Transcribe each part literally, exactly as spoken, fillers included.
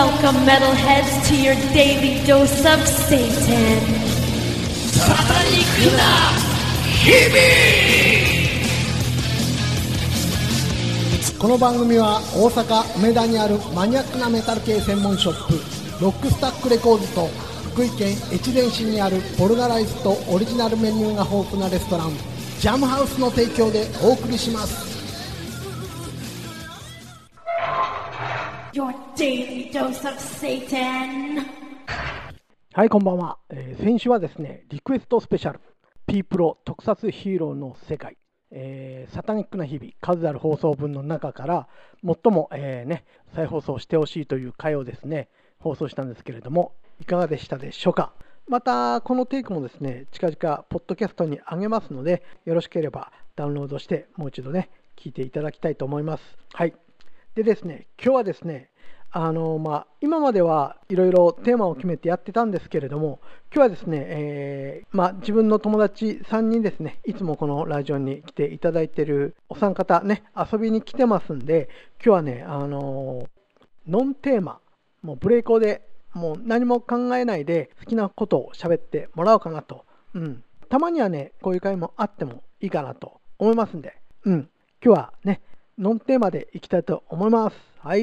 Welcome, metalheads, to your daily dose of Satan. サタニックな日々。 この番組は大阪梅田にあるマニアックなメタル系専門ショップロックスタックレコーズと福井県越前市にあるポルガライスとオリジナルメニューが豊富なレストランジャムハウスの提供でお送りします。 Your daily dose of Satan. はい、こんばんは、えー、先週はですねリクエストスペシャル P プロ特撮ヒーローの世界、えー、サタニックな日々数ある放送分の中から最も、えーね、再放送してほしいという回をですね放送したんですけれども、いかがでしたでしょうか。またこのテイクもですね近々ポッドキャストに上げますので、よろしければダウンロードしてもう一度ね聞いていただきたいと思います。はい。でですね、今日はですね、あのまあ、今まではいろいろテーマを決めてやってたんですけれども、今日はですね、えーまあ、自分の友達さんにんですね、いつもこのラジオに来ていただいているお三方ね、遊びに来てますんで、今日はね、あのノンテーマ、もうブレイコーでもう何も考えないで好きなことを喋ってもらおうかなと、うん、たまにはね、こういう会もあってもいいかなと思いますんで、うん、今日はね、ノンテーマでいきたいと思います。はい。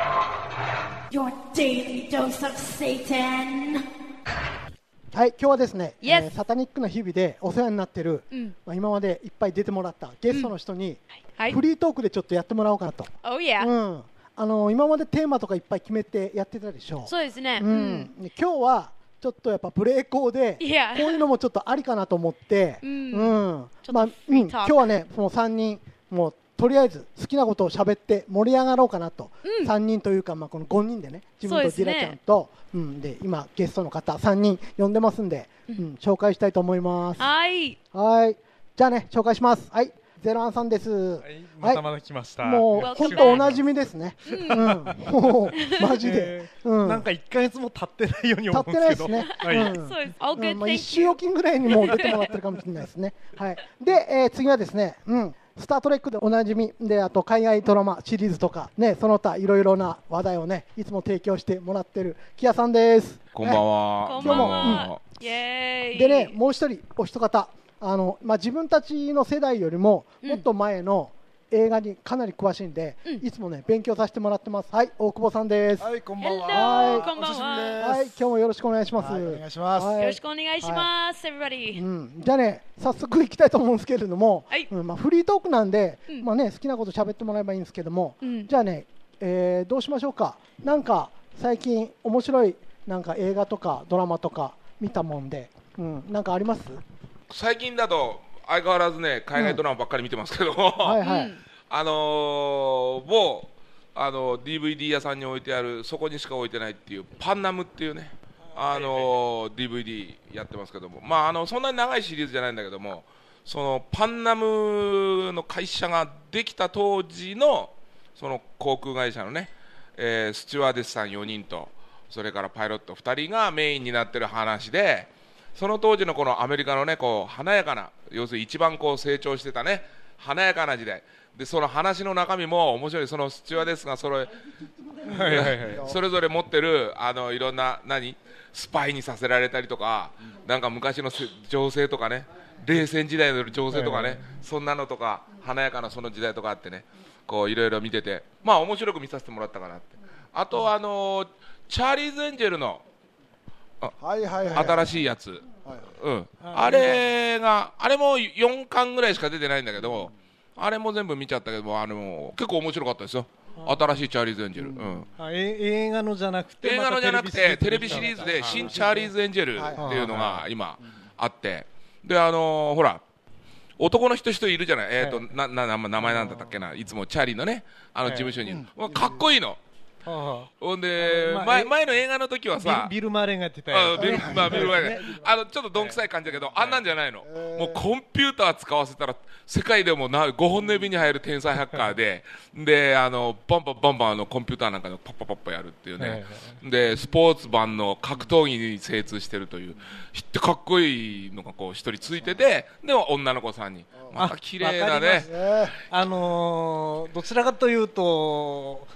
Your daily dose of Satan. はい、今日はですね、 Yes. えーサタニックな日々でお世話になっている、 うんまあ、今までいっぱい出てもらったゲストの人に、 はいフリートークでちょっとやってもらおうかなと、 Oh yeah. うん、あの今までテーマとかいっぱい決めてやってたでしょ。 そうですね。 う、ん、で今日はちょっとやっぱブレイコーでいやこういうのもちょっとありかなと思って、 うんうんちょっとまあ、 フうん、 リートーク今日はねもうさんにんもうとりあえず好きなことを喋って盛り上がろうかなと、 うんさんにんというか、まあ、このごにんでね自分とジそうですねラちゃんと、うん、で今ゲストの方さんにん呼んでますんで、うん紹介したいと思います。 はい。 はいじゃあね紹介します。はいゼロアンさんです。 はいまたまた来ました。 もう Welcome 本当おなじみですね。うん、もうマジで、 えーうん、 なんかいっかげつも経ってないように立って思うんですけどないですね。 はいうんそうです。All う good. んまあ、1 Thank 週 you. おきぐらいにもう出てもらってるかもしれないですね。はい、で、えー次はですね、うん、スター・トレックでおなじみで、あと海外ドラマシリーズとか、ね、その他いろいろな話題をねいつも提供してもらってるキヤさんです。 こんばんは。 こんばん今日もは。イエーイ。 でね、もう一人お一方あの、まあ、自分たちの世代よりももっと前の映画にかなり詳しいんで、 うんいつもね勉強させてもらってます。はい、大久保さんです。 はいこんばん Hello は。 こんばんはお久しぶりです。 はい、今日もよろしくお願いします。 はいお願いします。 はいよろしくお願いします、everybody。 うん、じゃあね早速いきたいと思うんですけれども、 はいうんまあ、フリートークなんで、 うんまあね、好きなこと喋ってもらえばいいんですけども、 うんじゃあね、えーどうしましょうか。なんか最近面白いなんか映画とかドラマとか見たもんで、うん、なんかあります？ 最近だと相変わらずね海外ドラマばっかり見てますけど、 はいはい、 うんあのー、某あの ディーブイディー 屋さんに置いてあるそこにしか置いてないっていうパンナムっていうね、あのー、ディーブイディー やってますけども、まああのそんなに長いシリーズじゃないんだけども、そのパンナムの会社ができた当時のその航空会社のね、えースチュワーデスさんよにんとそれからパイロットふたりがメインになってる話で、その当時のこのアメリカのねこう華やかな、要するに一番こう成長してたね華やかな時代で、その話の中身も面白い。そのスチュワーデスがそれはいはいはい。 それぞれ持ってるあのいろんな何スパイにさせられたりとか、なんか昔のせ情勢とかね、冷戦時代の情勢とかね、 はいはいそんなのとか華やかなその時代とかあってね、こういろいろ見てて、まあ面白く見させてもらったかなって。あとあのチャーリーズ・エンジェルのはいはいはい。 新しいやつ、 はいうん、あれがあれもよんかんぐらいしか出てないんだけど、あれも全部見ちゃったけども、あれも結構面白かったですよ。新しいチャーリーズ・エンジェル、うんあえ映画のじゃなくて映画のじゃなくてテレビシリーズではい新チャーリーズ・エンジェルっていうのが今あって、であのーほら男の人一人いるじゃない、えーとななな名前なんだったっけな、いつもチャーリーのねあの事務所にいる、まあかっこいいの。 はほんで、 まあえ前前の映画の時はあさビルビルマーレンがやってたあやつビルまあビルマーレンあのちょっとどんくさい感じだけど、あんなんじゃないの、もうコンピューター使わせたら世界でもなごほんの指に入る天才ハッカーでであのバンバンバンバンあのコンピューターなんかでパッパパッパやるっていうね、 はいでスポーツ版の格闘技に精通してるという知ってかっこいいのがこう一人ついてて、でも女の子さんにまた綺麗だね。 あのーどちらかというと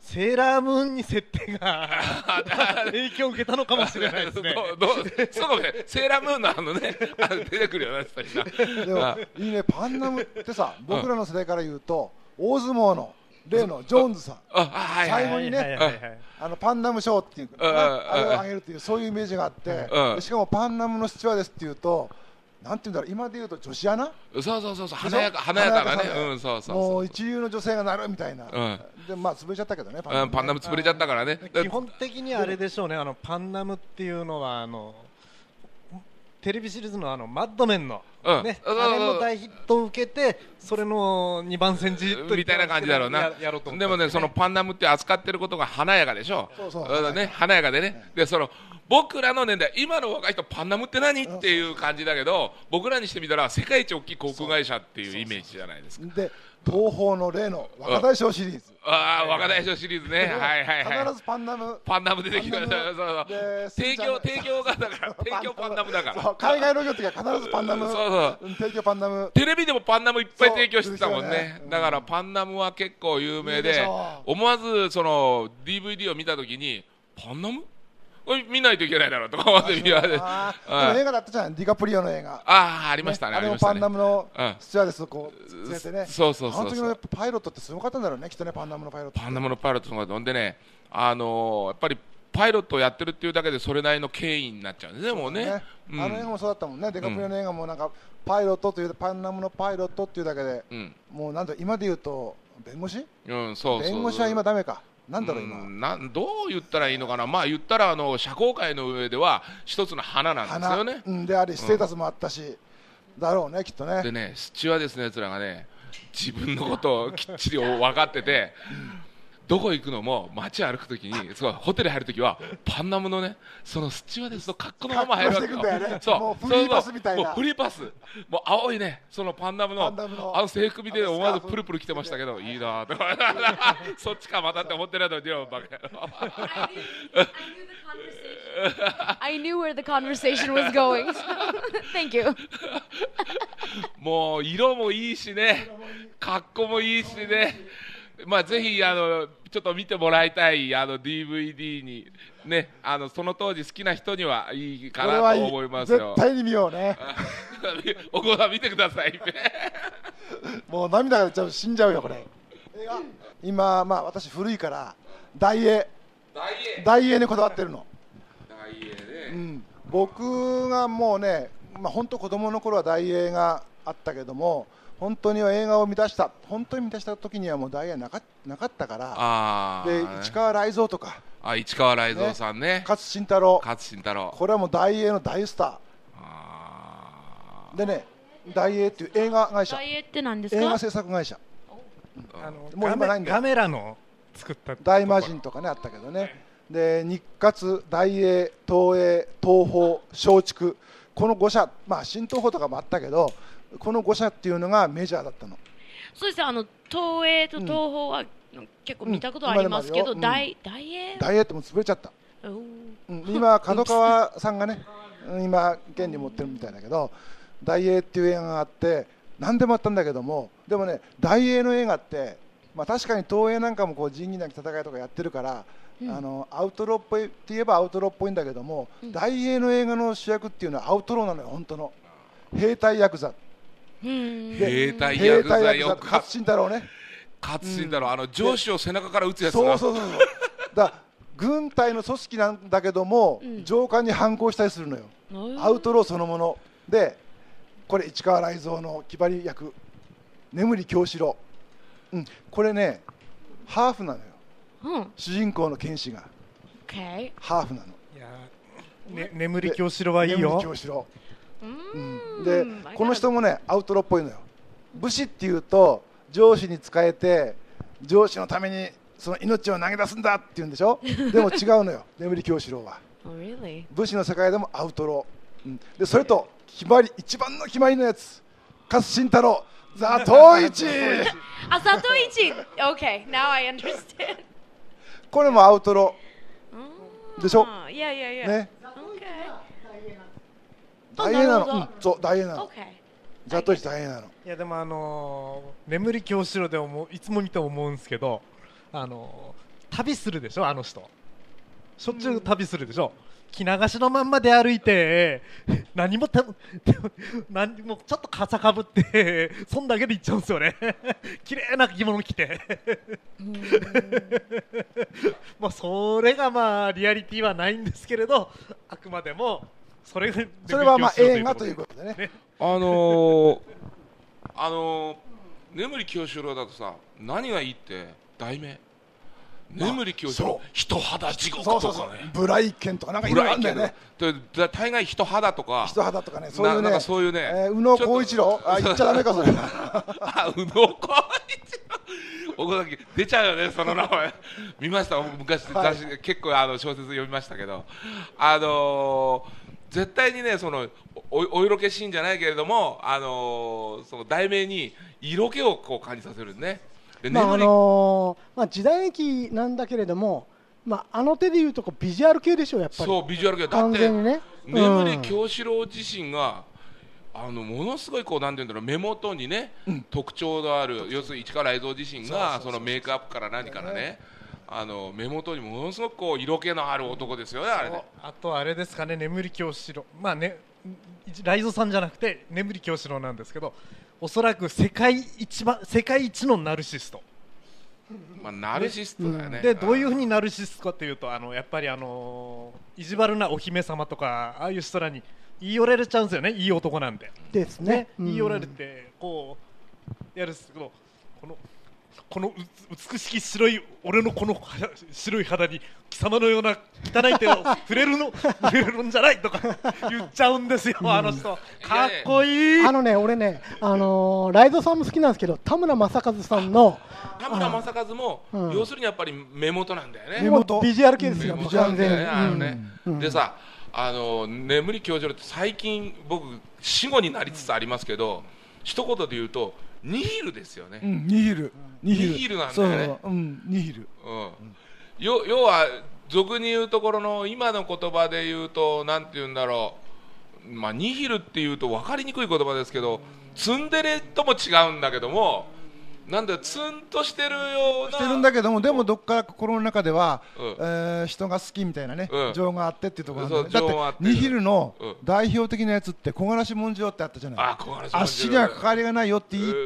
セーラームーンに設定が影響を受けたのかもしれないですね。 どうどうそうかもね、セーラームーンのあのね、あの出てくるようになってたしな。 でもいいね、パンナムってさ、僕らの世代から言うと大相撲の例のジョーンズさん、 あはいはい最後にね、あのパンナム賞っていうか、あれをあげるっていうそういうイメージがあって、でしかもパンナムのスチュワーデスっていうと、なんていうんだろう、今で言うと女子アナ、 そうそうそうそう、華やか華やかなね、うんそうそうそう、 もう一流の女性がなるみたいな、でまあ潰れちゃったけどね、 パンナム、パンナム潰れちゃったからね。 基本的にあれでしょうね、あのパンナムっていうのはあのテレビシリーズのあのマッドメンのね、あれの大ヒットを受けて、それのにばん煎じみたいな感じだろうな。でもね、そのパンナムって扱ってることが華やかでしょ。そうそうね、華やかでね。でその僕らの年代、今の若い人パンナムって何っていう感じだけど、僕らにしてみたら世界一大きい航空会社っていうイメージじゃないですか。 で東宝の例の若大将シリーズ、 ああ若大将シリーズね、はいはいはい、 必ずパンナムパンナム出てきました。そうそう提供提供がだから提供パンナムだから、 海外の業って必ずパンナム、そうそう提供パンナム、 テレビでもパンナムいっぱい提供してたもんね。だからパンナムは結構有名で、思わずその ディーブイディー を見たときにパンナムこれ見ないといけないだろうとか思って見られて、でも映画だったじゃん、ディカプリオの映画、 ああありましたね、 あれもパンナムのスチュワーデスをこう連れてね、そうそうそう、あの時のやっぱパイロットってすごかったんだろうね、きっとね、パンナムのパイロット、 パンナムのパイロットとかほんでね、あのやっぱりパイロットをやってるっていうだけでそれなりの権威になっちゃうんですね、もうね。 あの映画もそうだったもんね、デカプリオの映画もなんかパイロットというパンナムのパイロットっていうだけで、もうなんだ今で言うと弁護士？ うんそうそう。 弁護士は今ダメか。なんだろう今、うん、なんどう言ったらいいのかな、まあ言ったらあの社交界の上では一つの花なんですよね。 うん、でありステータスもあったし、うん、だろうねきっとね。 でね、スチュワーデスのやつらがね、自分のことをきっちり分かってて、どこ行くのも街歩くときに、そうホテル入るときはパンナムのね、そのスチュワーデスの格好のまま入るわけよ。 ね、そうもうフリーパスみたいな。 もうフリーパス、もう青いね、そのパンナムのあの制服見て思わずプルプル来てましたけど、いいなとかそっちかまたって思ってないとバカ野郎。 I knew where the conversation was going. Thank you. もう色もいいしね、格好もいいしね。まあぜひあのちょっと見てもらいたいあの ディーブイディー にね、あのその当時好きな人にはいいかなと思いますよ。 絶対に見ようね。 お子さん見てください。 もう涙が出ちゃう、死んじゃうよこれ。今まあ私古いから大英大英にこだわってるの。 大英ね。 うん、僕がもうね、まあ本当子供の頃は大英があったけども。本当に映画を見出した本当に見出した時にはもうダイヤなかなかったから、あで市川雷蔵とか、 あ市川雷蔵さんね、 勝新太郎、 勝新太郎、 これはもう大英の大スター。あでね、大英っていう映画会社、 大英って何ですか？ 映画制作会社、 あのもう今ないんだよ。ガメラの作った大魔神とかねあったけどね、で日活、大英、東映、東宝、松竹、このご社、まあ新東宝とかもあったけど、このご社っていうのがメジャーだったの。 そうです、あの東映と東宝は、うん、結構見たことありますけど、うん、大大英大英ってもう潰れちゃった、うん、今角川さんがね今権利持ってるみたいだけど、大英っていう映画があって何でもあったんだけども、でもね大英の映画って、まあ、確かに東映なんかもこう仁義なき戦いとかやってるから、うん、あのアウトローっぽいって言えばアウトローっぽいんだけども、うん、大英の映画の主役っていうのはアウトローなのよ、本当の兵隊ヤクザ。 兵隊ヤクザよく勝新太郎ね、 勝新太郎、あの上司を背中から撃つやつな。そうそうそうそうだ軍隊の組織なんだけども、うん、上官に反抗したりするのよ、アウトローそのもので、これ市川雷蔵の気張り役眠り京四郎、うん、これねハーフなのよ、うん、主人公の剣士が、 okay. ハーフなの。 いや、ね、眠り京四郎はいいよ。 眠り京四郎、うん、でこの人もねアウトローっぽいのよ。武士っていうと上司に仕えて上司のためにその命を投げ出すんだって言うんでしょでも違うのよ眠り京四郎は、oh, really? 武士の世界でもアウトロー、うん、でそれと決まり一番の決まりのやつ勝新太郎ザトウイチあ、ザトウイチ OK, now I understand これもアウトローでしょ。 いやいやいやね、大英なの、うん、そう大英なの、ザトウイチ大英なの。 いやでもあのー、眠り京四郎でもいつも見て思うんですけど、あのー、 旅するでしょ、あの人しょっちゅう旅するでしょ、着流しのまんまで歩いて何もた何もちょっと傘かぶってそんだけで行っちゃうんですよね綺麗な着物着てまあそれがまあリアリティはないんですけれど、あくまでもそれがそれはまあ映画ということでね、ねあのー、あのー、眠り清志郎だとさ、何がいいって題名眠り清志郎人肌地獄とかね、 ブライケンとかなんかいろいろあるんだよね。 大概人肌とか人肌とかね、そういうね、 なんかそういうね、 えー、宇野浩一郎、あ言っちゃダメかそれあ宇野浩一郎岡崎出ちゃうよね、その名前見ました、昔、はい、結構あの小説読みましたけど、あのー、絶対にね、その お, お色気シーンじゃないけれども、あのー、その題名に色気をこう感じさせるね。 まああのーまあ、時代劇なんだけれども、まあ、あの手でいうとこうビジュアル系でしょ、やっぱり。 そうビジュアル系だって完全にね、 眠り清志郎自身があのものすごいこうなんていうんだろう、目元にね、うん、特徴のある、要するに市川雷蔵自身がそのメイクアップから何からね、あの目元にものすごくこう色気のある男ですよね、あれね。 あとあれですかね、眠り清志郎、まあね、雷蔵さんじゃなくて眠り清志郎なんですけど、おそらく世界一番世界一のナルシスト、 まあ、ナルシストだよね。 でどういうふうにナルシストかというと、あのやっぱりあの意地悪なお姫様とかああいう人らに言い寄られちゃうんですよね、いい男なんでですね、 言い寄られてこうやるんですけど、このこの美しき白い俺のこの白い肌に貴様のような汚い手を触れるの触れるんじゃないとか言っちゃうんですよ、あの人かっこいい。 あのね、俺ね、あのー、ライドさんも好きなんですけど、田村正和さんの田村正和も、うん、要するにやっぱり目元なんだよね。 目元ビジュアル系ですよ、 完全に、あのね、うん、でさ、あの眠り清志郎って最近僕死後になりつつありますけど、一言で言うとニヒルですよね、 うん、ニヒルニヒルなんだよね。 そう、うん、ニヒル、 うん、よ要は俗に言うところの今の言葉で言うとなんて言うんだろう、まあニヒルって言うと分かりにくい言葉ですけど、ツンデレとも違うんだけども、なんだツンとしてるようなしてるんだけども、でもどっか心の中では、うん、えー、人が好きみたいなね、うん、情があってっていうところなんだ、ね、だってニヒルの代表的なやつって木枯らし文次郎ってあったじゃない。 ああっしには関わりがないよって言って、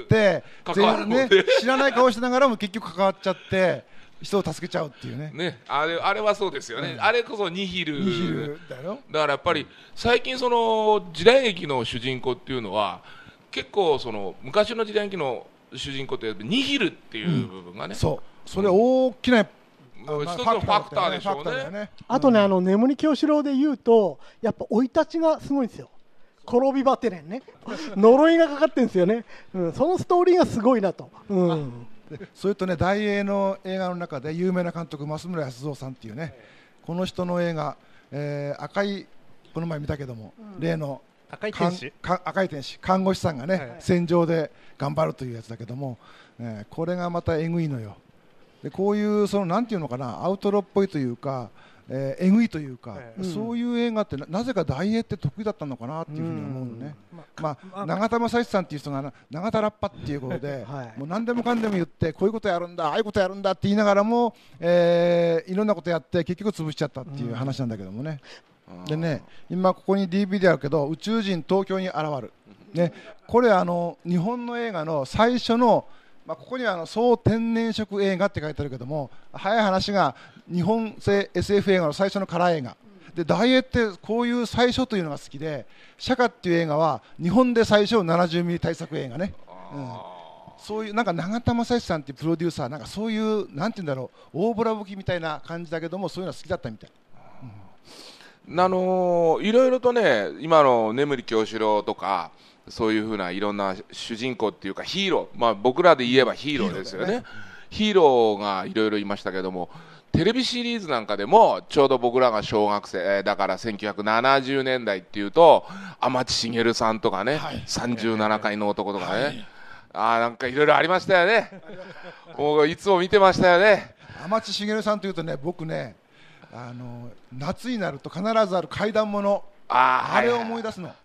うん、全然ね、知らない顔しながらも結局関わっちゃって人を助けちゃうっていうね。 ね、あれあれはそうですよね、うん、あれこそニヒル、 ニヒルだよ。 だからやっぱり最近その時代劇の主人公っていうのは結構その昔の時代劇の主人公ってニヒルっていう部分がね、 うん、そうそれ大きな、 うん、一つのファクターでしょうね。 ね、あとね、あの眠り清志郎で言うとやっぱ生い立ちがすごいんですよ。転びバテレンね呪いがかかってるんですよね、うん、そのストーリーがすごいなと、うん、 それとね、大映の映画の中で有名な監督増村康造さんっていうね、この人の映画、えー、赤いこの前見たけども、うん、例の赤い天使赤い天使看護師さんがね、はい、戦場で頑張るというやつだけども、えー、これがまたえぐいのよ。でこういうそのなんていうのかな、アウトロっぽいというか、えー、えぐいというか、うん、そういう映画って な, なぜか大映って得意だったのかなっていうふうに思うのね、うん、まあ、永田正史さんっていう人が永田ラッパっていうことで、はい、もう何でもかんでも言ってこういうことやるんだああいうことやるんだって言いながらも、えー、いろんなことやって結局潰しちゃったっていう話なんだけどもね、うん、でね、今ここに ディーブイディー あるけど、宇宙人東京に現る、ね、これあの日本の映画の最初の、まあ、ここにはあの総天然色映画って書いてあるけども、早い話が日本製 エスエフ 映画の最初のカラー映画で、大映ってこういう最初というのが好きで、釈迦っていう映画は日本で最初ななじゅうミリ大作映画ね、うん、そういうなんか永田正史さんっていうプロデューサー、なんかそういうなんていうんだろう、大ボラ吹きみたいな感じだけども、そういうの好きだったみたい。 うん、あのー、いろいろとね、今の眠り清志郎とかそういうふうないろんな主人公っていうかヒーロー、まあ、僕らで言えばヒーローですよね。ヒーローがいろいろいましたけども、テレビシリーズなんかでもちょうど僕らが小学生だからせんきゅうひゃくななじゅうねんだいっていうと天地茂さんとかね、はい、さんじゅうななかいの男とかね、はい、あなんかいろいろありましたよねもういつも見てましたよね。 天地茂さんというとね、僕ね、あの夏になると必ずある怪談もの、 あ, あれを思い出すの。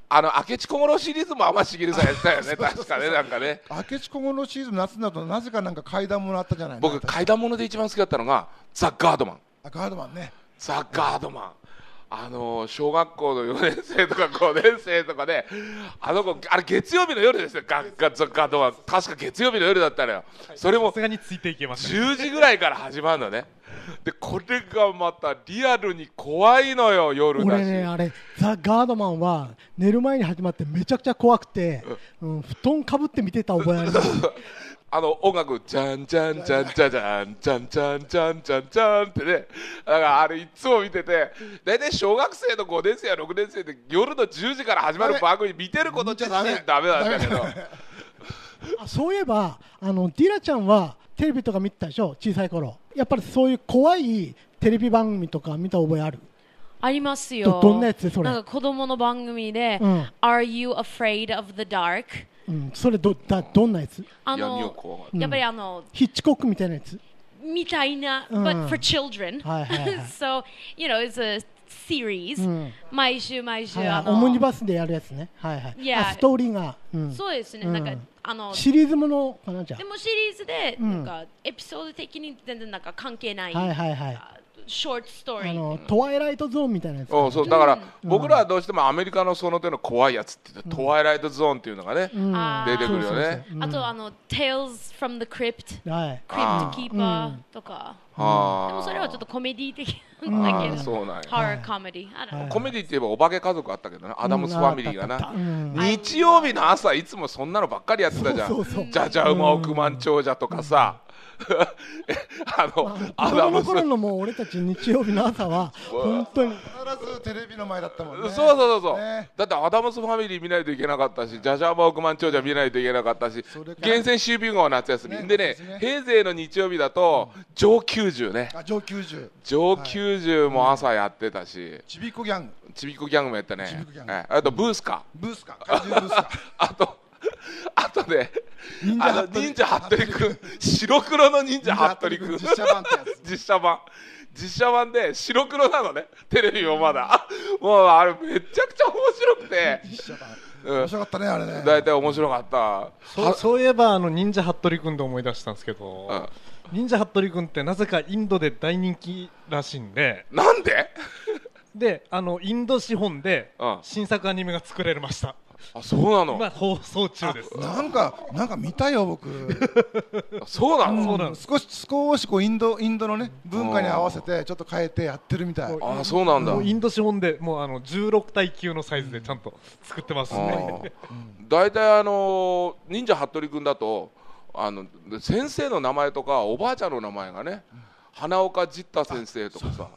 あの明智小五郎シリーズも天茂さんやってたよね確かねなんかね明智小五郎シリーズ夏になるとなぜかなんか怪談ものあったじゃない僕怪談もので一番好きだったのがザ・ガードマンあガードマンねザ・ガードマンあの小学校のよねん生とかごねん生とかであの子あれ月曜日の夜ですよガッガッザ・ガードマン確か月曜日の夜だったのよ、はい、それもさすがについていけませんじゅうじぐらいから始まるのねでこれがまたリアルに怖いのよ夜だし俺ねあれザ・ガードマンは寝る前に始まってめちゃくちゃ怖くて、うん、布団かぶって見てた覚えありますあの音楽じゃんじゃんじゃんじゃんじゃんじゃんじゃんじゃんじゃんじゃんってねだからあれいつも見てて大体小学生のごねん生やろくねん生で夜のじゅうじから始まる番組見てること自体ダメなんだけどあそういえばあのディラちゃんはテレビとか見てたでしょ小さい頃やっぱりそういう怖いテレビ番組とか見た覚えあるありますよ。 ど、どんなやつそれなんか子供の番組で、 うん、 Are you afraid of the dark？ うん、それ ど, だどんなやつあのやっぱりあの、うん、 ヒッチコックみたいなやつみたいな、うん、but for children はいはい、はい、 so you know it's a series、うん、毎週毎週、はいはい、 あのオムニバスでやるやつねはいはい、yeah、ストーリーが、うん、 そうですね、うん、なんかあのシリーズものかなじゃあでもシリーズで、うん、なんかエピソード的に全然なんか関係ない、 はいはいはいショートストーリー、 あのトワイライトゾーンみたいなやつ、 そうそうだから、うん、僕らはどうしてもアメリカのその手の怖いやつって言って、うん、トワイライトゾーンっていうのがね、うん、出てくるよね。 そうそうそう、うん、あとあの Tales from the Crypt、はい、Crypt Keeper とか、うん、でもそれはちょっとコメディ的なんだけど、 そうなんや、 ホラーコメディ、はい、 コメディって言えばお化け家族あったけどね、アダムスファミリーがな、うん、日曜日の朝いつもそんなのばっかりやってたじゃん、じゃじゃ馬億万長者とかさ、 あの、まあ、子供の頃のもう俺たち日曜日の朝は本当に必ずテレビの前だったもんね。 そうそうそうそう、ね、だってアダムスファミリー見ないといけなかったし、ジャジャーマ億万長者見ないといけなかったし、厳選シュービングは夏休み、ね、でね、ね、平成の日曜日だと上きゅうじゅうね、 あ上きゅうじゅう上きゅうじゅうも朝やってたし、はい、 ちびっこギャングちびっこギャングもやったね、あとブースカブースカ怪獣ブースカあとあとね忍者ハットリくん白黒の忍者ハットリくん実写版ってやつ実写版実写版で白黒なのねテレビもまだもうあれめちゃくちゃ面白くて実写版、うん、面白かったねあれねだいたい面白かった。 そ う, そういえばあの忍者ハットリくんで思い出したんですけど、うん、忍者ハットリくんってなぜかインドで大人気らしいんで。 なんでであのインド資本で新作アニメが作られました。 あ、そうなの。 今放送中です。 なんかなんか見たよ僕そうなの、 うん、 そうなの。 少し少しこうインドインドのね文化に合わせてちょっと変えてやってるみたい。 あ、そうなんだ。 もうインド資本でもうあのじゅうろくたい級のサイズでちゃんと作ってますね。 だいたいあの忍者ハットリくんだとあの先生の名前とかおばあちゃんの名前がね、うん、花岡ジッタ先生とかさ、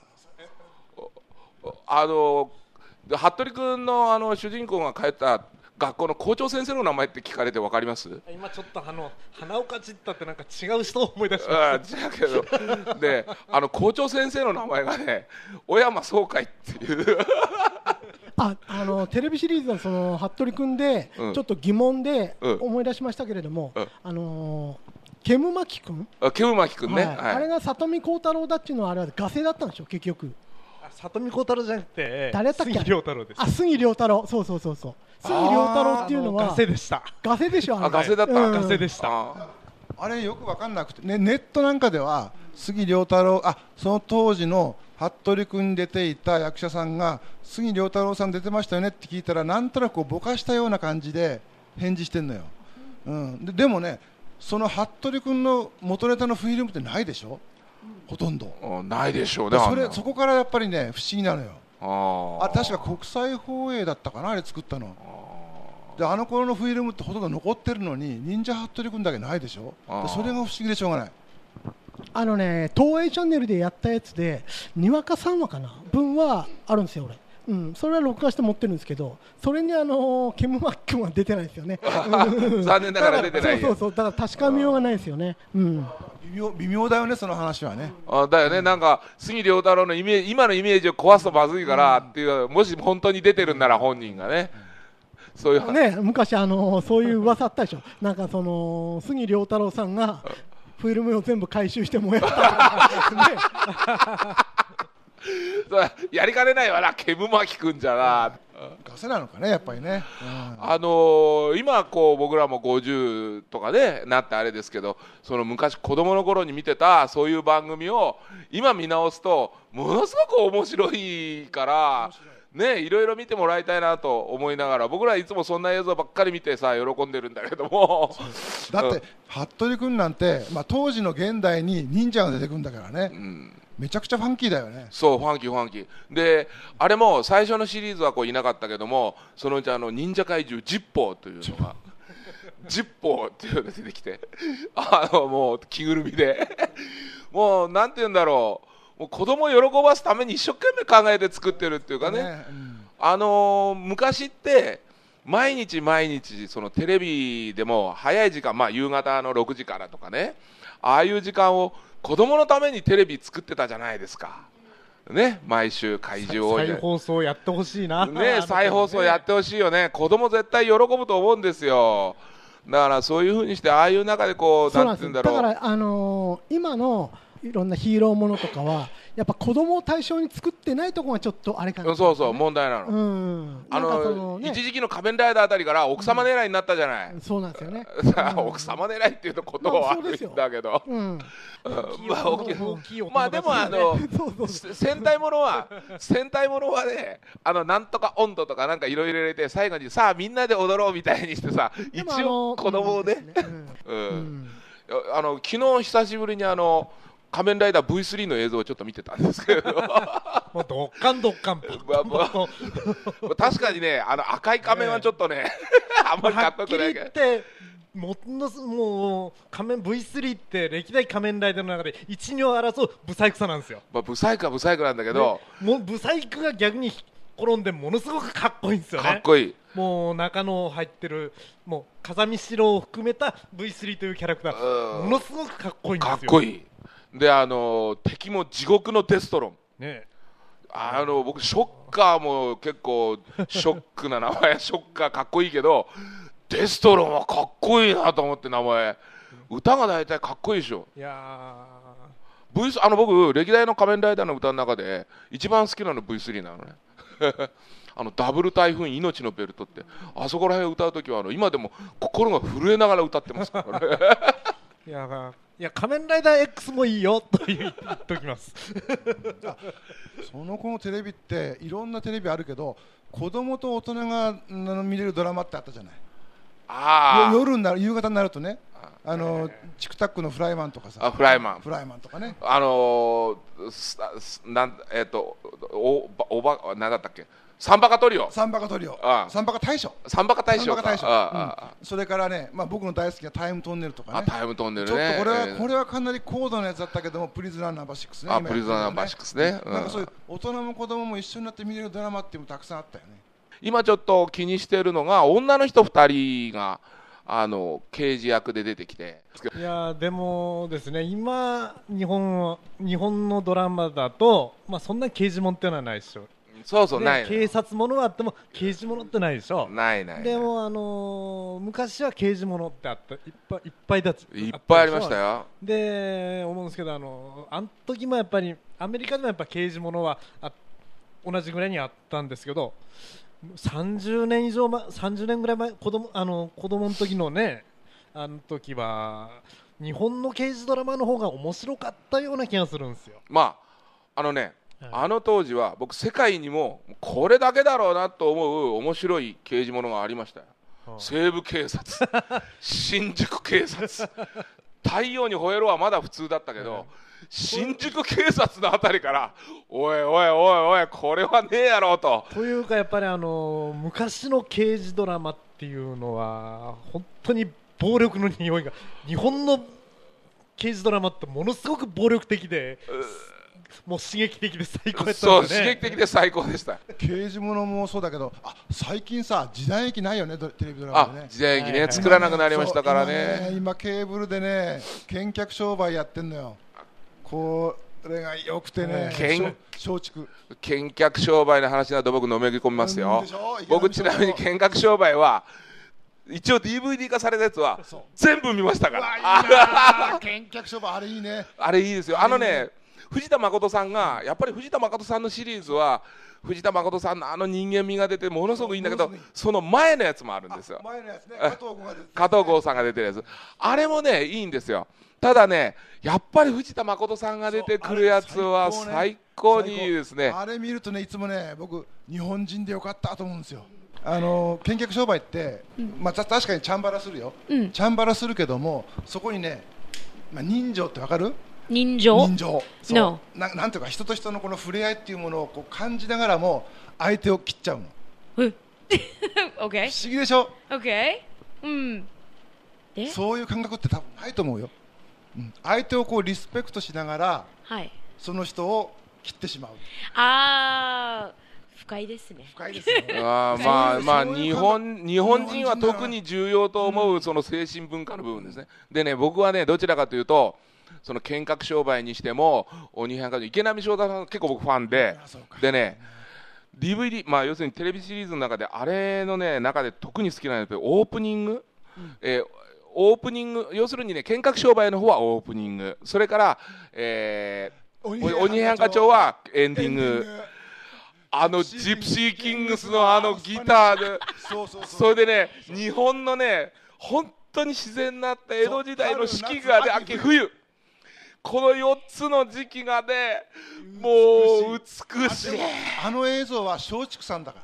あの服部君のあの主人公が通った学校の校長先生の名前って聞かれて分かります？ 今ちょっとあの花岡ジッタってなんか違う人を思い出しました。 あ、違うけどであの校長先生の名前がね小山総会っていうああのテレビシリーズのその服部君で、うん、ちょっと疑問で思い出しましたけれども、うん、あのー、ケムマキ君あケムマキ君ね、はいはい、 あれが里見幸太郎だっていうのはあれはガセだったんでしょ結局。 里見幸太郎じゃなくて誰だったっけ？ 杉良太郎です。 あ、杉良太郎、そうそうそうそう。杉良太郎っていうのはガセでした。 ガセでしょ。ああ、ガセだった、 うん、 ガセでした。 あ, あれよく分かんなくて、ね、ネットなんかでは杉良太郎、あ、その当時の服部君に出ていた役者さんが杉良太郎さん出てましたよねって聞いたらなんとなくこうぼかしたような感じで返事してんのよ、うん、で, でもねその服部君の元ネタのフィルムってないでしょほとんどないでしょうね。 それそこからやっぱりね不思議なのよ。 ああ確か国際放映だったかなあれ作ったの。あであの頃のフィルムってほとんど残ってるのに忍者服部君だけないでしょ。でそれが不思議でしょうがない。 あのね東映チャンネルでやったやつでにわかさんわかな分はあるんですよ俺。うん、それは録画して持ってるんですけどそれにあのケムマックンは出てないですよね残念ながら出てないよ。 そうそうそうだから確かめようがないですよね、うん、 微妙、微妙だよねその話はね。 あだよね、なんか杉良太郎のイメージ今のイメージを壊すとまずいからっていう、もし本当に出てるんなら本人がね、そういうね昔あのそういう噂あったでしょなんかその杉良太郎さんがフィルムを全部回収して燃やったねやりかねないわなケムマキ君じゃな。 ガセなのかねやっぱりね、うん、 あのー、今こう僕らもごじゅうとかねなってあれですけど、その昔子供の頃に見てたそういう番組を今見直すとものすごく面白いからね、いろいろ見てもらいたいなと思いながら、僕らいつもそんな映像ばっかり見てさ喜んでるんだけどもだって服部君なんて、まあ、当時の現代に忍者が出てくるんだからね、うん、めちゃくちゃファンキーだよね。 そうファンキーファンキーで、あれも最初のシリーズはこういなかったけども、そのうちあの忍者怪獣ジッポーというのがジッポーっていうのが出てきてあのもう着ぐるみでもうなんて言うんだろう、もう子供を喜ばすために一生懸命考えて作ってるっていうかね、ね、うん、あのー、昔って毎日毎日そのテレビでも早い時間、まあ、夕方のろくじからとかね、ああいう時間を子供のためにテレビ作ってたじゃないですかね、毎週怪獣を再放送やってほしいなね、再放送やってほしいよね。子供絶対喜ぶと思うんですよ。だからそういう風にしてああいう中でこうなんて言うんだろう、 だからあのー、今のいろんなヒーローものとかはやっぱ子供を対象に作ってないところがちょっとあれかな、ね、 そうそう問題なの、うん、あの、ね、一時期の仮面ライダーあたりから奥様狙いになったじゃない、 うん、そうなんですよね奥様狙いっていうとことは悪いんだけど、まあでもあの戦隊ものは戦隊ものはね、あのなんとか温度とかなんかいろいろ入れて最後にさあみんなで踊ろうみたいにしてさ、一応子供をね、あの昨日久しぶりにあの仮面ライダー ブイスリー の映像をちょっと見てたんですけどもうどっかんどっかん確かにね、あの赤い仮面はちょっとね、ねあんまりかっこよくないけど、はっきり言ってものもう仮面 ブイスリー って歴代仮面ライダーの中で一二を争うブサイクさなんですよ。 まあ、ブサイクはブサイクなんだけど、 ね、もうブサイクが逆に転んでものすごくかっこいいんですよね。 かっこいい。 もう中野入ってるもう風見四郎を含めた ブイスリー というキャラクター、ものすごくかっこいいんですよ。 かっこいい。であの敵も地獄のデストロン、ね、あの僕ショッカーも結構ショックな名前ショッカーかっこいいけどデストロンはかっこいいなと思って、名前歌が大体かっこいいでしょ。いや V あの僕歴代の仮面ライダーの歌の中で一番好きなの ブイスリー なのねあのダブル台風命のベルトってあそこら辺歌うときはあの今でも心が震えながら歌ってますからねいやいや仮面ライダー X もいいよと言っておきますその子のテレビっていろんなテレビあるけど子供と大人が見れるドラマってあったじゃない。あ夜になる夕方になるとね、あのチクタックのフライマンとかさ、 あフライマンフライマンとかね、 あのー、なんえっ、ー、とおおばなんだったっけ、サンバカトリオ、 サンバカトリオ、ああサンバカ大将、 サンバカ大将か、 大将、ああ、うん、それからね、まあ、僕の大好きなタイムトンネルとかね、 あタイムトンネルね、 ちょっとこれは、えー、これはかなり高度なやつだったけども、プリズナーナンバーシックスね、 あプリズナーナンバーシックスね、 うん、なんかそういう大人も子供も一緒になって見れるドラマっていうのもたくさんあったよね。 今ちょっと気にしているのが女の人ふたりがあの刑事役で出てきて、 いやでもですね、今日本日本のドラマだと、まあ、そんな刑事もんっていうのはないでしょ。 そうそう、ない。 警察ものはあっても刑事ものってないでしょ。 ないない。 でも、あのー、昔は刑事ものってあった、いっぱいいっぱいだついっぱいありましたよ。 で思うんですけど、あのー、あの時もやっぱりアメリカでもやっぱ刑事ものはあ同じぐらいにあったんですけど、さんじゅうねん以上前、さんじゅうねんぐらい前、子供あの子供の時のね、あの時は日本の刑事ドラマの方が面白かったような気がするんですよ。 まああのね、はい、あの当時は僕世界にもこれだけだろうなと思う面白い刑事ものがありましたよ。はあ、西部警察新宿警察太陽に吠えろはまだ普通だったけど、はい、新宿警察のあたりからおいおいおいおいこれはねえやろうと。 というかやっぱりあの昔の刑事ドラマっていうのは本当に暴力の匂いが、日本の刑事ドラマってものすごく暴力的で、もう刺激的で最高だったんですね。 そう刺激的で最高でした。 刑事ものもそうだけど、あ最近さ時代劇ないよね、テレビドラマでね。 あ時代劇ね、はい、作らなくなりましたからね。 今ね、今ケーブルでね見客商売やってんのよ。これが良くてね、松竹見客商売の話など僕のめり込みますよ。僕ちなみに見客商売は一応 ディーブイディー 化されたやつは全部見ましたから。 見客商売あれいいね。 あれいいですよ。あのね藤田誠さんがやっぱり藤田誠さんのシリーズは藤田誠さんのあの人間味が出てものすごくいいんだけど、その前のやつもあるんですよ。 前のやつね、加藤剛が出て加藤剛さんが出てるやつ、あれもねいいんですよ。ただねやっぱり藤田誠さんが出てくるやつは最高にいいですね。 あれ見るとね、いつもね、僕日本人でよかったと思うんですよ。あの見客商売って、うん、まあ、確かにチャンバラするよ、うん、チャンバラするけども、そこにね、まあ、人情ってわかる？ 人情？ 人情、そう、no. な, なんていうか人と人のこの触れ合いっていうものをこう感じながらも相手を切っちゃうの。 okay. 不思議でしょ？ Okay. うん。 そういう感覚って多分ないと思うよ。うん、相手をこうリスペクトしながら、はい、その人を切ってしまう。 ああ、深いですね。 深いですね。 あまあまあ日本日本人は特に重要と思うその精神文化の部分ですね。でね、僕はねどちらかというとその見学商売にしても鬼平家池波正太さん結構僕ファンで、でね ディーブイディー、まあ要するにテレビシリーズの中であれのね中で特に好きなのはオープニング、うん、えーオープニング、要するにね見学商売の方はオープニング、それから、えー、鬼平家長はエンディング、あのジプシーキングスのあのギターで、それでね日本のね本当に自然なった江戸時代の四季がね秋冬、このよっつの時期がねもう美しい。 あの映像は松竹さんだから、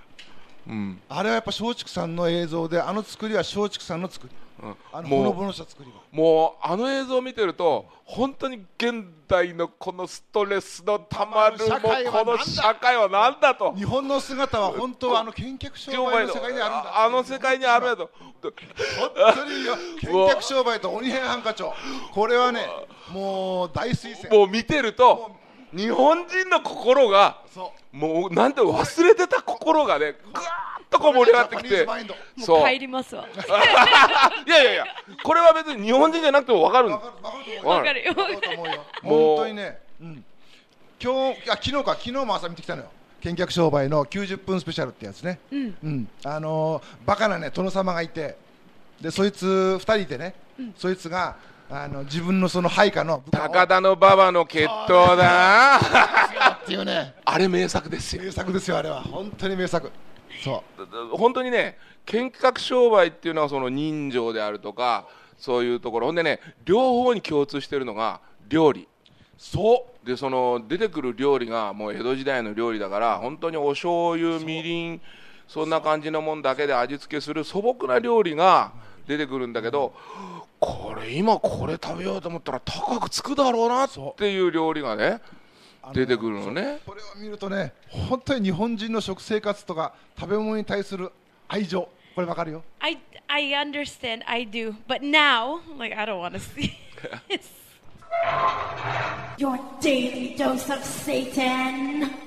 うん、あれはやっぱ松竹さんの映像で、あの作りは松竹さんの作り、うん、あのほのぼのした作りがもうあの映像を見てると本当に現代のこのストレスのたまるもこの社会は何だと、 日本の姿は本当はあの見客商売の世界にあるんだ、 あの世界にあるやと本当に見客商売と鬼平犯科帳、これはねもう大推薦。 もう見てると日本人の心がもうなんて忘れてた心がねぐわーっとこう盛り上がってきて、 もう帰りますわいやいやいや、これは別に日本人じゃなくても分かるんです。 分かるよ本当にね、うん、今日、あ、昨日か、昨日も朝見てきたのよ、見客商売のきゅうじゅっぷんスペシャルってやつね、うんうん、あのー、バカなね殿様がいて、でそいつふたりいてね、うん、そいつがあの自分のその配下の高田の馬場の決闘だっていうね、 あれ名作ですよ。 名作ですよ、あれは本当に名作。 そう本当にね見学商売っていうのはその人情であるとかそういうところ、ほんでね両方に共通しているのが料理。そうでその出てくる料理がもう江戸時代の料理だから、本当にお醤油みりんそんな感じのもんだけで味付けする素朴な料理が出てくるんだけど、これ今これ食べようと思ったら高くつくだろうなっていう料理がね出てくるのね。 これを見るとね、本当に日本人の食生活とか食べ物に対する愛情、これわかるよ。 I I understand, I do, but now, like I don't want to see this. Your daily dose of Satan.